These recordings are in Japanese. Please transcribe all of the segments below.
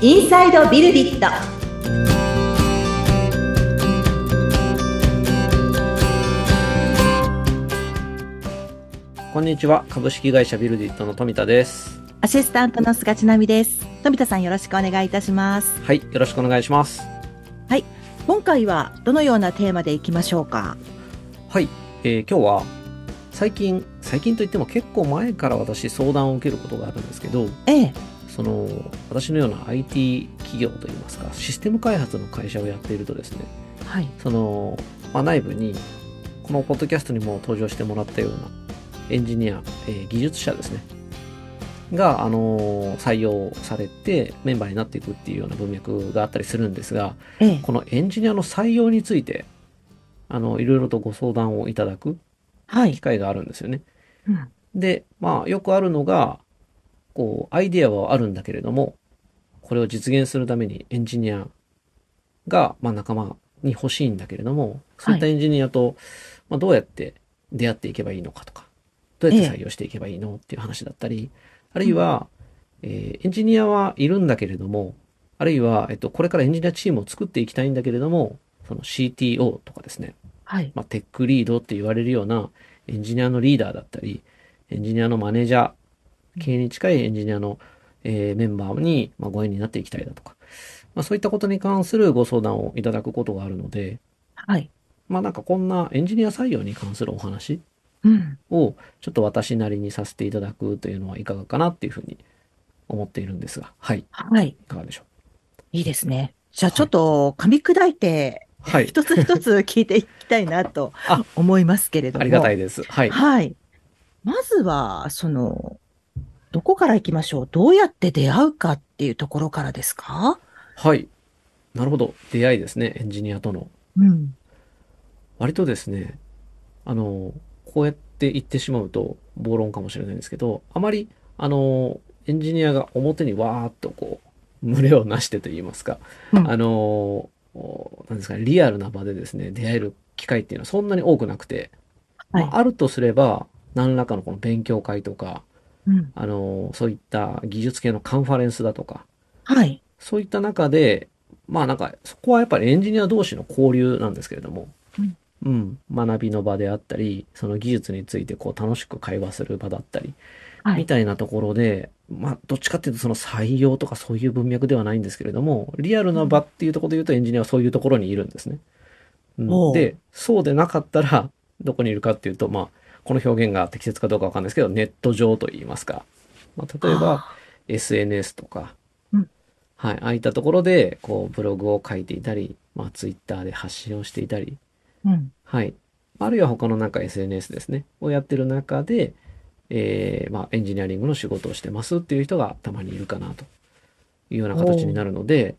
インサイドビルディット。 こんにちは。株式会社ビルディットの富田です。 アシスタントの菅千奈美です。富田さん、よろしくお願いいたします。 はい、よろしくお願いします。 はい、今回はどのようなテーマでいきましょうか。 はい、今日は最近といっても結構前から私相談を受けることがあるんですけど、私のような IT 企業といいますか、システム開発の会社をやっているとですね、 はい、 内部にこのポッドキャストにも登場してもらったようなエンジニア、技術者ですねが、採用されてメンバーになっていくっていうような文脈があったりするんですが、このエンジニアの採用についていろいろとご相談をいただく機会があるんですよね。で、よくあるのが、アイデアはあるんだけれども、これを実現するためにエンジニアが、仲間に欲しいんだけれども、そういったエンジニアと、どうやって出会っていけばいいのかとか、どうやって採用していけばいいのっていう話だったり、あるいは、エンジニアはいるんだけれども、あるいは、これからエンジニアチームを作っていきたいんだけれども、その CTO とかですね、テックリードって言われるようなエンジニアのリーダーだったり、エンジニアのマネージャー、経営に近いエンジニアの、メンバーに、ご縁になっていきたいだとか、そういったことに関するご相談をいただくことがあるので、こんなエンジニア採用に関するお話をちょっと私なりにさせていただくというのはいかがかなっていうふうに思っているんですが、はい。いかがでしょう。 いいですね。じゃあちょっと噛み砕いて、一つ一つ聞いていきたいなと思いますけれどありがたも。 いです。はい。 まずは、どこから行きましょう。どうやって出会うかっていうところからですか？ はい。なるほど。出会いですね。エンジニアとの。割とですね、こうやって言ってしまうと暴論かもしれないんですけど、あまり、エンジニアが表にわーっと群れをなしてと言いますか、なんですかね、リアルな場でですね、出会える機会っていうのはそんなに多くなくて、あるとすれば、何らかのこの勉強会とか、そういった技術系のカンファレンスだとか、そういった中で、そこはやっぱりエンジニア同士の交流なんですけれども、学びの場であったり、その技術について楽しく会話する場だったり、みたいなところで、どっちかっていうとその採用とかそういう文脈ではないんですけれども、リアルな場っていうところで言うとエンジニアはそういうところにいるんですね。で、そうでなかったら、どこにいるかっていうと、この表現が適切かどうかわかんないですけど、ネット上といいますか。例えば、SNS とか、ああいったところで、ブログを書いていたり、ツイッターで発信をしていたり、あるいは他のSNS ですね、をやってる中で、エンジニアリングの仕事をしてますっていう人がたまにいるかなというような形になるので、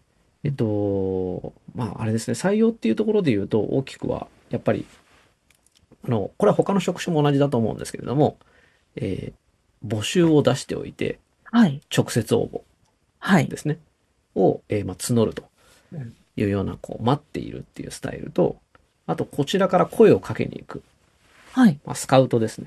あれですね、採用っていうところで言うと大きくは、やっぱり、これは他の職種も同じだと思うんですけれども、募集を出しておいて、直接応募ですね、を、募るというような、待っているっていうスタイルと、あと、こちらから声をかけに行く。スカウトですね。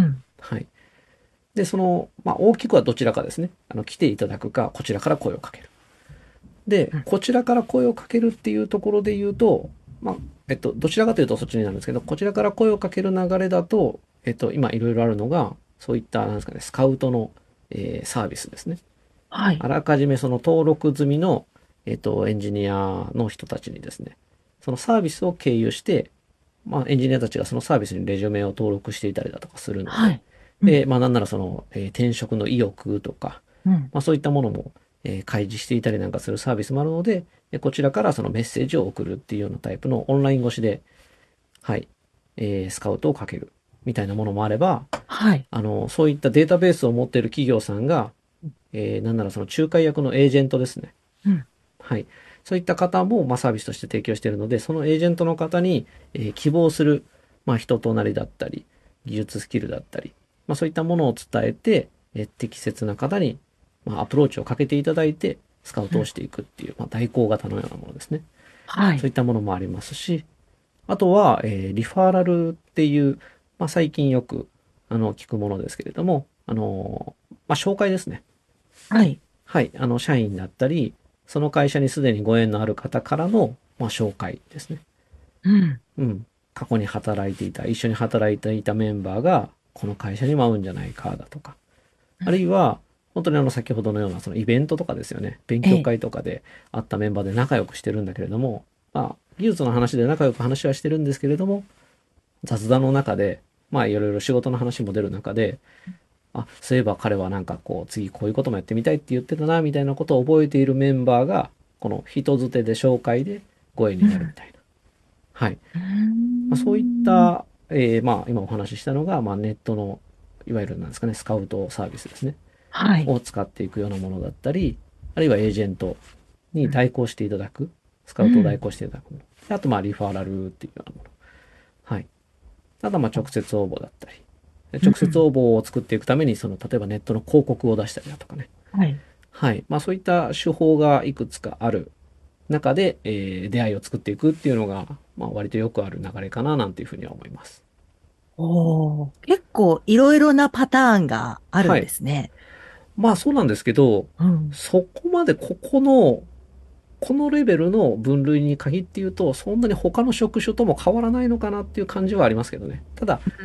で、大きくはどちらかですね。来ていただくか、こちらから声をかける。で、こちらから声をかけるっていうところで言うと、どちらかというとそっちになるんですけど、こちらから声をかける流れだと、今いろいろあるのが、そういった、なんですかね、スカウトの、サービスですね。あらかじめその登録済みの、エンジニアの人たちにですね、そのサービスを経由して、エンジニアたちがそのサービスにレジュメを登録していたりだとかするので、で、なんなら転職の意欲とか、そういったものも、開示していたりなんかするサービスもあるので、こちらからそのメッセージを送るっていうようなタイプのオンライン越しで、スカウトをかけるみたいなものもあれば、そういったデータベースを持っている企業さんが、なんならその仲介役のエージェントですね。そういった方も、サービスとして提供しているので、そのエージェントの方に、希望する、人となりだったり、技術スキルだったり、そういったものを伝えて、適切な方に、アプローチをかけていただいて、スカウトをしていくっていう、代行型のようなものですね。そういったものもありますし、あとは、リファーラルっていう、最近よく、聞くものですけれども、紹介ですね。社員だったり、 その会社にすでにご縁のある方からの、まあ、紹介ですね。 うん。 うん。過去に働いていた、一緒に働いていたメンバーが、この会社にも合うんじゃないかだとか、あるいは、本当に先ほどのようなそのイベントとかですよね。勉強ええ。 会とかで会ったメンバーで仲良くしてるんだけれども、まあ、技術の話で仲良く話はしてるんですけれども、雑談の中で、まあいろいろ仕事の話も出る中で、あ、そういえば彼はなんかこう、次こういうこともやってみたいって言ってたな、みたいなことを覚えているメンバーが、この人づてで紹介でご縁になるみたいな。はい。 うまあ、そういっん。 た、まあ今お話ししたのが、まあネットの、いわゆるなんですかね、スカウトサービスですね。 はい。 を使っていくようなものだったり、あるいはエージェントに代行していただく、スカウトを代うん。 行していただくもの。あと、まあ、リファラルっていうようなもの。はい。ただ、まあ、直接応募だったり。直接うん。 応募を作っていくために、例えばネットの広告を出したりだとかね。 はい。 はい。まあ、そういった手法がいくつかある中で、出会いを作っていくっていうのが、まあ、割とよくある流れかな、なんていうふうには思います。 おー、結構いろいろなパターンがあるんではい。 すね。 まあ、そうなんですけど、 うん。 そこまでこのレベルの分類に限って言うと、そんなに他の職種とも変わらないのかなっていう感じはありますけどね。ただ、 うん。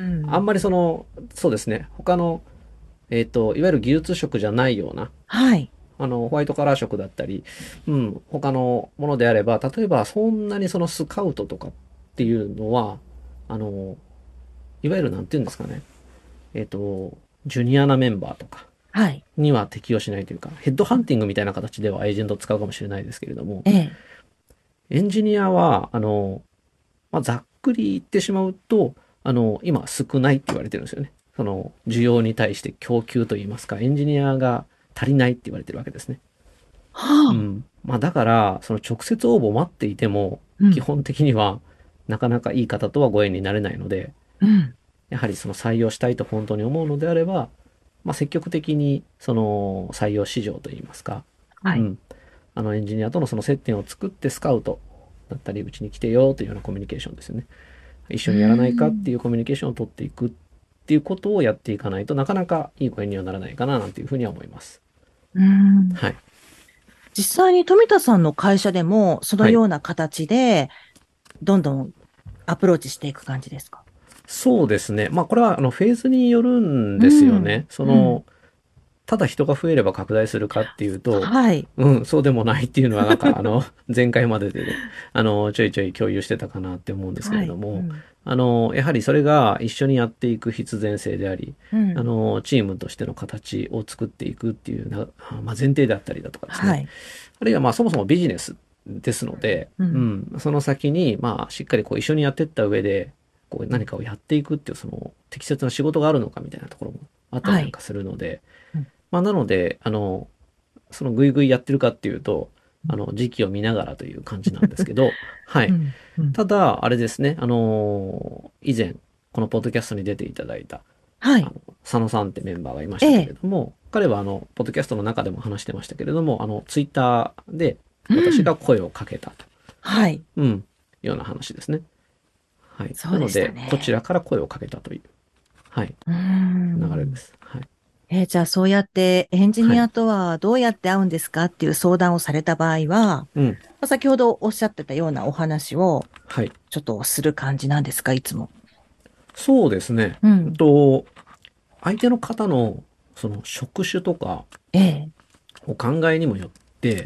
あんまりそうですね、他の、いわゆる技術職じゃないような、 はい。 ホワイトカラー職だったり、うん、他のものであれば、例えばそんなにそのスカウトとかっていうのは、あの、いわゆるなんて言うんですかね、ジュニアなメンバーとかはい。 には適用しないというか、ヘッドハンティングみたいな形ではエージェントを使うかもしれないですけれども、 ええ。 エンジニアは、まあ、ざっくり言ってしまうと、今少ないって言われてるんですよね。需要に対して供給といいますか、エンジニアが足りないって言われてるわけですね。うはあ。 ん。まあ、だから、その直接応募を待っていても、 うん。 基本的には、なかなかいい方とはご縁になれないので、 うん。 やはりその採用したいと本当に思うのであれば、まあ、積極的に、採用市場といいますか、 はい。 うん。エンジニアとのその接点を作ってスカウトだったり、うちに来てよというようなコミュニケーションですよね。一う緒にやらないかってん。 いうコミュニケーションを取っていくっていうことをやっていかないとなかなかいい声にはならないかななんていうふうには思います。 うん。 はい。 実際に富田さんの会社でも、そのはい。 ような形で、どんどんアプローチしていく感じですか？ そうですね。まあこれはフェーズによるんうですよね。 ん。うん。 ただ人が増えれば拡大するかっていうと、 はい。 うん、そうでもないっていうのはなんか前回まででね、ちょいちょい共有してたかなって思うんですけはい。うれども、 ん。 やはりそれが一緒にやっていく必然性であり、 うん。 チームとしての形を作っていくっていうまあ、前提であったりだとかですね。 はい。 あるいはまあそもそもビジネスですので、 うん。 うん、その先にまあしっかりこう一緒にやっていった上で、こう何かをやっていくっていうその適切な仕事があるのかみたいなところもあったりはい。 なんかするので、 うん。 まあなので、そのぐいぐいやってるかっていうと、時期を見ながらという感じなんですけど、はい。 うん。うん。 ただ、あれですね、以前、このポッドキャストに出ていただいた、 はい。 佐野さんってメンバーがいましたけれええ。 ども、彼はポッドキャストの中でも話してましたけれども、ツイッターでうん。 私が声をかけたと。 はい。 うん。ような話ですね。はい。 そうでしたなので、こちね。 らから声をかけたという、はい、 うーん。 流れです。はい。 じゃあそうやってエンジはい。 ニアとはどうやって会うんですかっていう相談をされた場合は、 うん。 まあ先ほどおっしゃってたようなお話をはい。 ちょっとする感じなんですか、いつも？ そうですね。 うん。 相手の方のその職種とかええ。 お考えにもよって、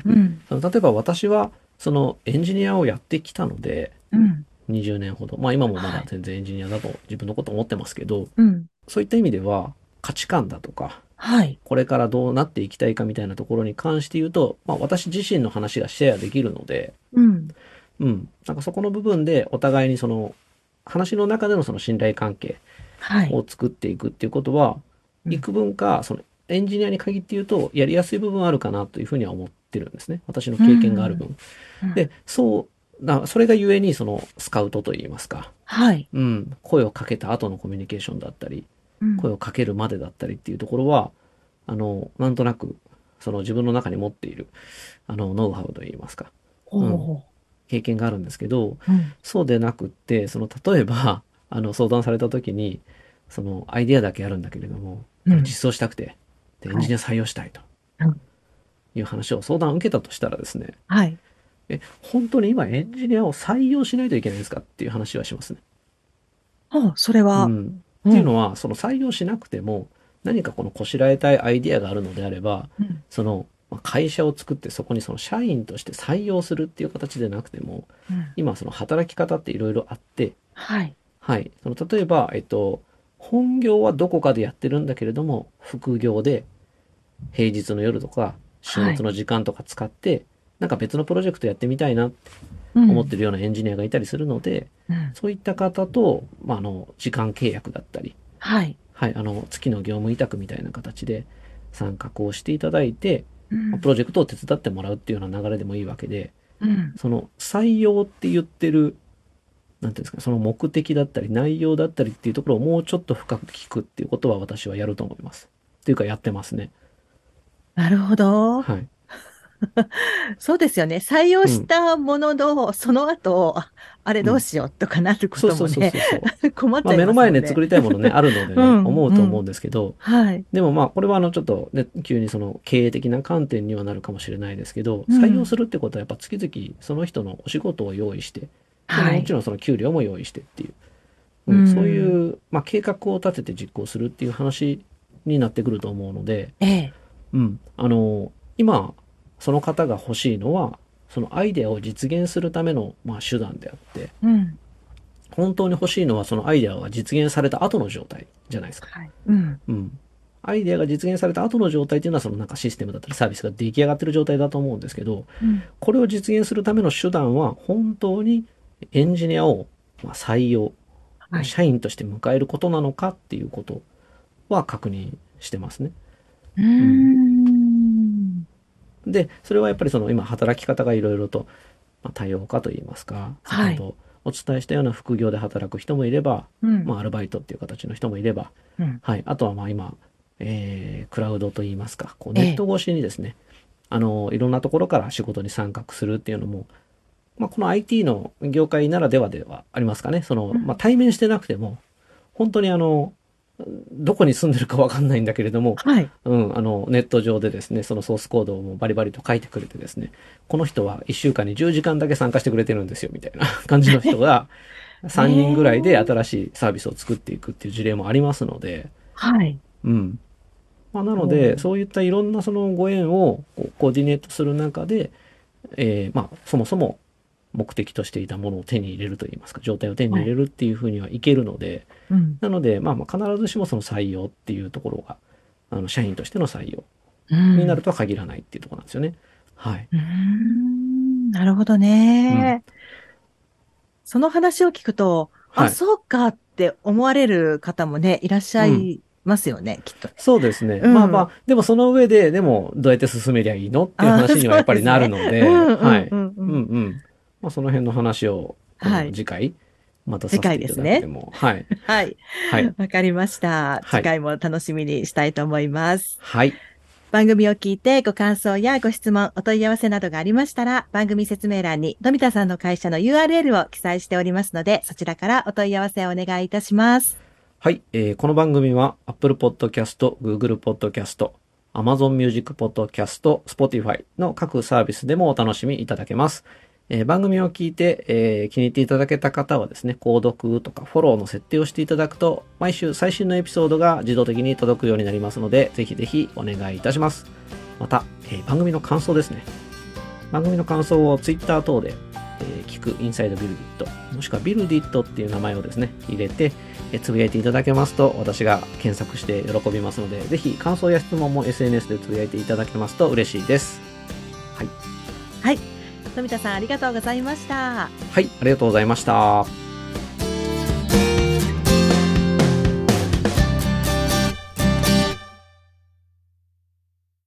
うん。 例えば私はそのエンジニアをやってきたので、 うん。 20年ほど。まあ今もまだはい。 全然エンジニアだと自分のこと思ってますけど、 うん。 そういった意味では価値観だとか、 はい。 これからどうなっていきたいかみたいなところに関して言うと、まあ私自身の話がシェアできるので、 うん。 うん。なんかそこの部分でお互いに話の中でのその信頼関係はい。 を作っていくっていうことは、 うん。 幾分か、エンジニアに限って言うと、やりやすい部分はあるかなというふうには思ってるんですね。私のう経験があるん。 分。 うん。 で、それがゆえに、スカウトといいますか。 はい。 うん。声をかけた後のコミュニケーションだったり、 うん。 声をかけるまでだったりっていうところは、なんとなく、自分の中に持っている、ノウハウといいますか。うん。 ほ経験があるんですけど、 う。うん。 そうでなくって、例えば、相談された時に、アイデアだけあるんだけれども、これうん。 実装したくて、で、エンはい。 ジニア採用したいと。 うん。 いう話を相談を受けたとしたらですね、 はい。 本当に今エンジニアを採用しないといけないんですかっていう話はしますね。 それは、 うん。っうん。 ていうのは、その採用しなくても、何かこのこしらえたいアイディアがあるのであれば、 うん。 その、会社を作ってそこにその社員として採用するっていう形でなくても、 うん。 今その働き方っていろいろあって、 はい。 はい。その例えば、本業はどこかでやってるんだけれども、副業で平日の夜とか週はい。 末の時間とか使って、なんか別のプロジェクトやってみたいなってうん。 思ってるようなエンジニアがいたりするので、 うん。 そういった方と、時間契約だったり、 はい。 はい、月の業務委託みたいな形で参画をしていただいて、 うん。 プロジェクトを手伝ってもらうっていうような流れでもいいわけで、 うん。 その採用って言ってる、なんていうんですか、その目的だったり内容だったりっていうところをもうちょっと深く聞くっていうことは私はやると思います。っていうかやってますね。 なるほど。 はい。 そうですよね。採用しうん。 たものの、その後、あれうん。 どうしようとかなるこそうそうそうともね、 そうそう。 困っちゃい目の前ね、 ますもんね。 作りたいものね、あるのでね、 うん、うん。 思うと思うんですけど、 はい。 でもこれはちょっとね、急にその経営的な観点にはなるかもしれないですけど、 うん。 採用するってことはやっぱ月々その人のお仕事を用意して、で、 はい。 もちろんその給料も用意してっていう、 うそうん。 いう、計画を立てて実行するっていう話になってくると思うので、 ええ。 うん、今、その方が欲しいのは、そのアイデアを実現するための、手段であって、 うん。 本当に欲しいのはそのアイデアが実現された後の状態じゃないですか。 はい。うん。 うん。アイデアが実現された後の状態っていうのはそのなんかシステムだったりサービスが出来上がってる状態だと思うんですけど、 うん。 これを実現するための手段は本当にエンジニアを採用、 はい。 社員として迎えることなのかっていうことは確認してますね。 うーうん。 ん。 で、それはやっぱりその今働き方がいろいろと多様化といいますか、先はい。 ほどお伝えしたような副業で働く人もいれば、 うん。 アルバイトっていう形の人もいれば、 うん。 はい。あとは今、クラウドといいますか、こうええ。 ネット越しにですね、いろんなところから仕事に参画するっていうのも、この IT の業界ならではありますかね。その、 うん。 対面してなくても、本当にどこに住んでるかわかんないんだけれども、 はい。 うん、ネット上でですね、そのソースコードをもうバリバリと書いてくれてですね、この人は1週間に10時間だけ参加してくれてるんですよ、みたいな感じの人が、 え 3人ぐらいでえ。 新しいサービスを作っていくっていう事例もありますので、 はい。 うん。なので、 おー。 そういったいろんなそのご縁をこうコーディネートする中で、そもそも目的としていたものを手に入れるといいますか、状態を手にはい。 入れるっていうふうにはいけるので、 うん。 なので、必ずしもその採用っていうところが、社員としての採用うん。 になるとは限らないっていうところなんですよね。はい。 うーん。なるほどうん。 ね。その話を聞くと、あ、 はい。 そうかって思われる方もね、いらっしゃうん。 いますよね、きっとね。 そうですね。 うん。 でもその上で、でもどうやって進めりゃいいのっていうああ、 話にはそやっぱりなるうですね。 ので、 うんうんはい。 うんうん。 うんうん。その辺の話を、こはい。 の次回、また次回させていたですね。 だくでも、はい。 はい。 はい。 わかりました。 はい。 次回も楽しみにしたいと思います。 はい。 番組を聞いてご感想やご質問、お問い合わせなどがありましたら、番組説明欄に富田さんの会社の URL を記載しておりますので、そちらからお問い合わせをお願いいたします。 はい。この番組は Apple Podcast、Google Podcast、Amazon Music Podcast、Spotify の各サービスでもお楽しみいただけます。番組を聞いて、気に入っていただけた方はですね、購読とかフォローの設定をしていただくと、毎週最新のエピソードが自動的に届くようになりますので、ぜひぜひお願いいたします。また、番組の感想ですね。番組の感想を Twitter 等で、聞くインサイドビルディット、もしくはビルディットっていう名前をですね、入れて、つぶやいていただけますと、私が検索して喜びますので、ぜひ感想や質問も SNS でつぶやいていただけますと嬉しいです。はい。 はい。富田さん、ありがとうございました。 はい、ありがとうございました。